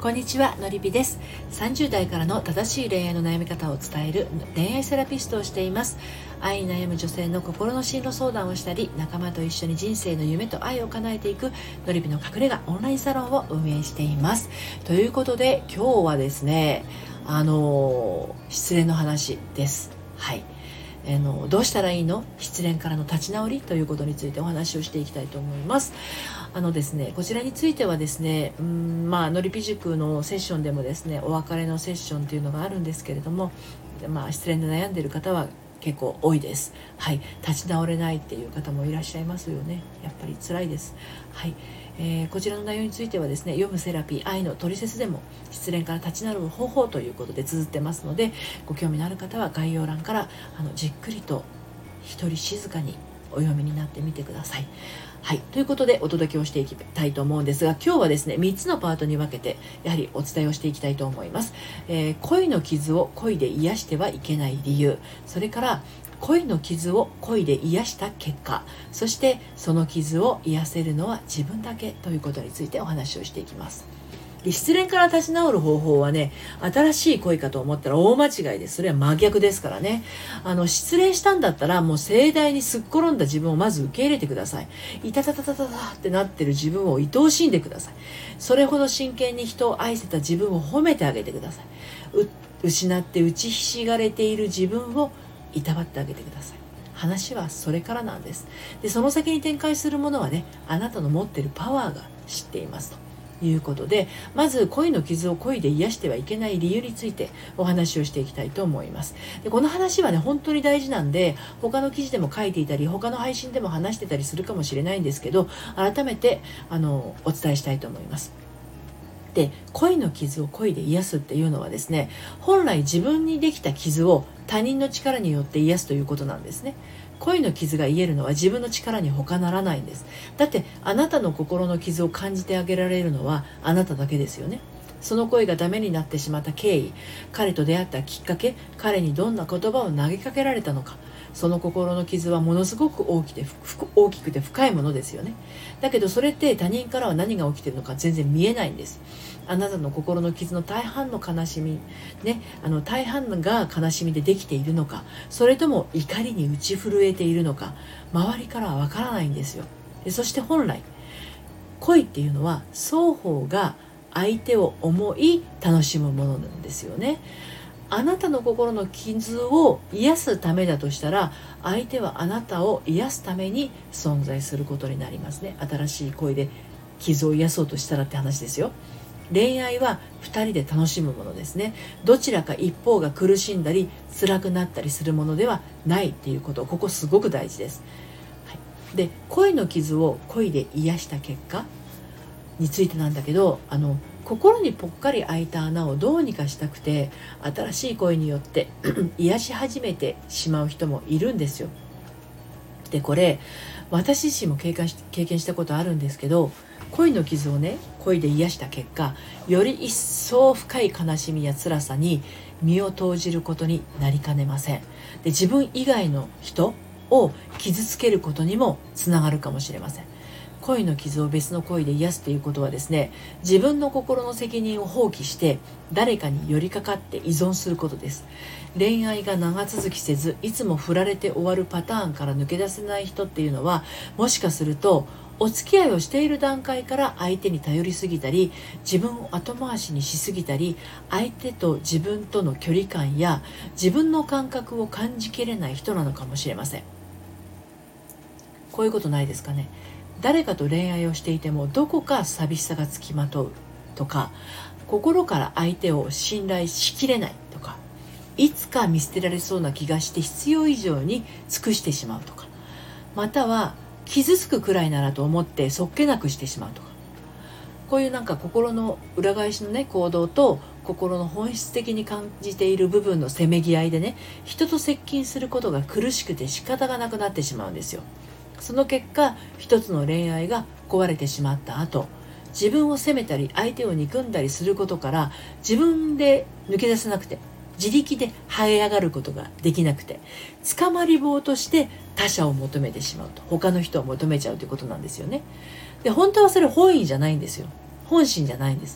こんにちは、のりぴです。30代からの正しい恋愛の悩み方を伝える恋愛セラピストをしています。愛に悩む女性の心の進路相談をしたり、仲間と一緒に人生の夢と愛を叶えていくのりぴの隠れ家オンラインサロンを運営しています。ということで、今日はですね、失恋の話です。はい。どうしたらいいの？失恋からの立ち直りということについてお話をしていきたいと思います。ですね、こちらについてはですね、のりぴ塾のセッションでもですね、お別れのセッションというのがあるんですけれども、失恋で悩んでいる方は結構多いです。はい、立ち直れないっていう方もいらっしゃいますよね。やっぱり辛いです。はい。こちらの内容についてはですね、読むセラピー愛のトリセツでも失恋から立ち直る方法ということで綴ってますので、ご興味のある方は概要欄からじっくりと一人静かにお読みになってみてください。はい、ということでお届けをしていきたいと思うんですが、今日はですね、3つのパートに分けてやはりお伝えをしていきたいと思います。恋の傷を恋で癒してはいけない理由、それから恋の傷を恋で癒した結果、そしてその傷を癒せるのは自分だけということについてお話をしていきます。失恋から立ち直る方法はね、新しい恋かと思ったら大間違いです。それは真逆ですからね。失恋したんだったらもう盛大にすっ転んだ自分をまず受け入れてください。いたたたたたたってなってる自分を愛おしんでください。それほど真剣に人を愛せた自分を褒めてあげてください。失って打ちひしがれている自分をいたわってあげてください。話はそれからなんです。で、その先に展開するものはね、あなたの持っているパワーが知っていますということで、まず恋の傷を恋で癒してはいけない理由についてお話をしていきたいと思います。で、この話はね、本当に大事なんで、他の記事でも書いていたり、他の配信でも話してたりするかもしれないんですけど、改めてお伝えしたいと思います。で、恋の傷を恋で癒すっていうのはですね、本来自分にできた傷を他人の力によって癒すということなんですね。恋の傷が癒えるのは自分の力に他ならないんです。だってあなたの心の傷を感じてあげられるのはあなただけですよね。その恋がダメになってしまった経緯、彼と出会ったきっかけ、彼にどんな言葉を投げかけられたのか、その心の傷はものすごく大きくて深いものですよね。だけどそれって他人からは何が起きているのか全然見えないんです。あなたの心の傷の大半の悲しみ、ね、大半が悲しみでできているのか、それとも怒りに打ち震えているのか、周りからはわからないんですよ。で、そして本来恋っていうのは双方が相手を思い楽しむものなんですよね。あなたの心の傷を癒すためだとしたら、相手はあなたを癒すために存在することになりますね。新しい恋で傷を癒そうとしたらって話ですよ。恋愛は2人で楽しむものですね。どちらか一方が苦しんだり辛くなったりするものではないっていうこと、ここすごく大事です。はい、で、恋の傷を恋で癒した結果についてなんだけど、心にぽっかり開いた穴をどうにかしたくて新しい恋によって癒し始めてしまう人もいるんですよ。で、これ私自身も経験したことあるんですけど、恋の傷をね、恋で癒した結果、より一層深い悲しみや辛さに身を投じることになりかねません。で、自分以外の人を傷つけることにもつながるかもしれません。恋の傷を別の恋で癒すということはですね、自分の心の責任を放棄して誰かに寄りかかって依存することです。恋愛が長続きせず、いつも振られて終わるパターンから抜け出せない人っていうのは、もしかするとお付き合いをしている段階から相手に頼りすぎたり、自分を後回しにしすぎたり、相手と自分との距離感や自分の感覚を感じきれない人なのかもしれません。こういうことないですかね。誰かと恋愛をしていてもどこか寂しさがつきまとうとか、心から相手を信頼しきれないとか、いつか見捨てられそうな気がして必要以上に尽くしてしまうとか、または傷つくくらいならと思ってそっけなくしてしまうとか、こういう心の裏返しのね、行動と心の本質的に感じている部分のせめぎ合いでね、人と接近することが苦しくて仕方がなくなってしまうんですよ。その結果、一つの恋愛が壊れてしまった後、自分を責めたり相手を憎んだりすることから、自分で抜け出せなくて、自力で這い上がることができなくて、捕まり棒として他者を求めてしまうと、他の人を求めちゃうということなんですよね。で、本当はそれ本意じゃないんですよ。本心じゃないんです。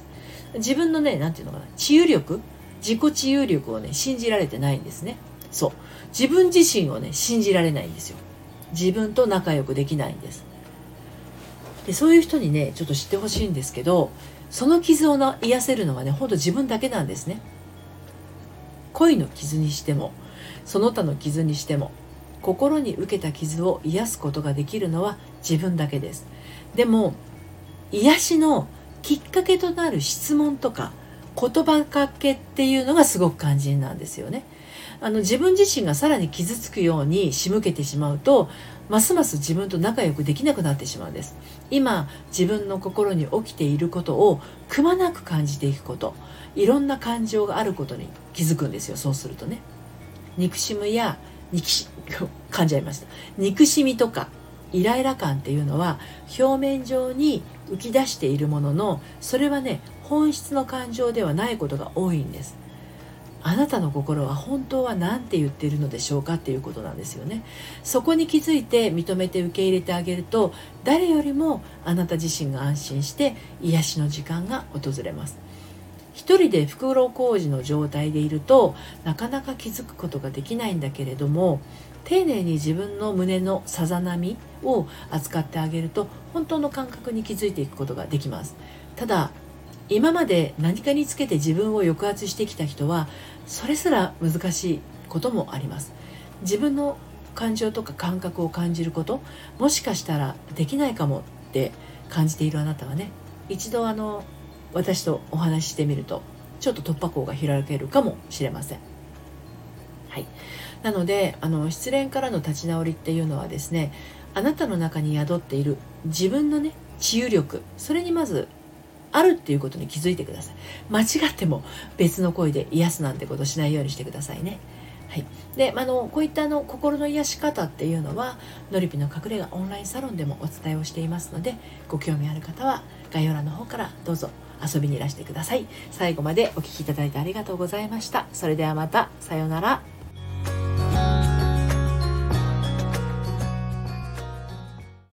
自分のね、なんていうのかな、治癒力、自己治癒力をね、信じられてないんですね。そう。自分自身をね、信じられないんですよ。自分と仲良くできないんです。で、そういう人にね、ちょっと知ってほしいんですけど、その傷を癒せるのはね、ほんと自分だけなんですね。恋の傷にしても、その他の傷にしても、心に受けた傷を癒すことができるのは自分だけです。でも、癒しのきっかけとなる質問とか言葉かけっていうのがすごく肝心なんですよね。自分自身がさらに傷つくように仕向けてしまうと、ますます自分と仲良くできなくなってしまうんです。今自分の心に起きていることをくまなく感じていくこと、いろんな感情があることに気づくんですよ。そうするとね、憎しみや噛んじゃいました。憎しみとかイライラ感っていうのは表面上に浮き出しているものの、それはね、本質の感情ではないことが多いんです。あなたの心は本当は何て言っているのでしょうかっていうことなんですよね。そこに気づいて認めて受け入れてあげると、誰よりもあなた自身が安心して癒しの時間が訪れます。一人で袋小路の状態でいるとなかなか気づくことができないんだけれども、丁寧に自分の胸のさざ波を扱ってあげると本当の感覚に気づいていくことができます。ただ、今まで何かにつけて自分を抑圧してきた人はそれすら難しいこともあります。自分の感情とか感覚を感じること、もしかしたらできないかもって感じているあなたはね、一度私とお話ししてみるとちょっと突破口が開けるかもしれません。はい。なので失恋からの立ち直りっていうのはですね、あなたの中に宿っている自分のね、治癒力、それにまずあるっていうことに気づいてください。間違っても別の声で癒すなんてことしないようにしてくださいね。はい。で、こういった心の癒し方っていうのはのりぴの隠れ家オンラインサロンでもお伝えをしていますので、ご興味ある方は概要欄の方からどうぞ遊びにいらしてください。最後までお聞きいただいてありがとうございました。それではまた、さようなら。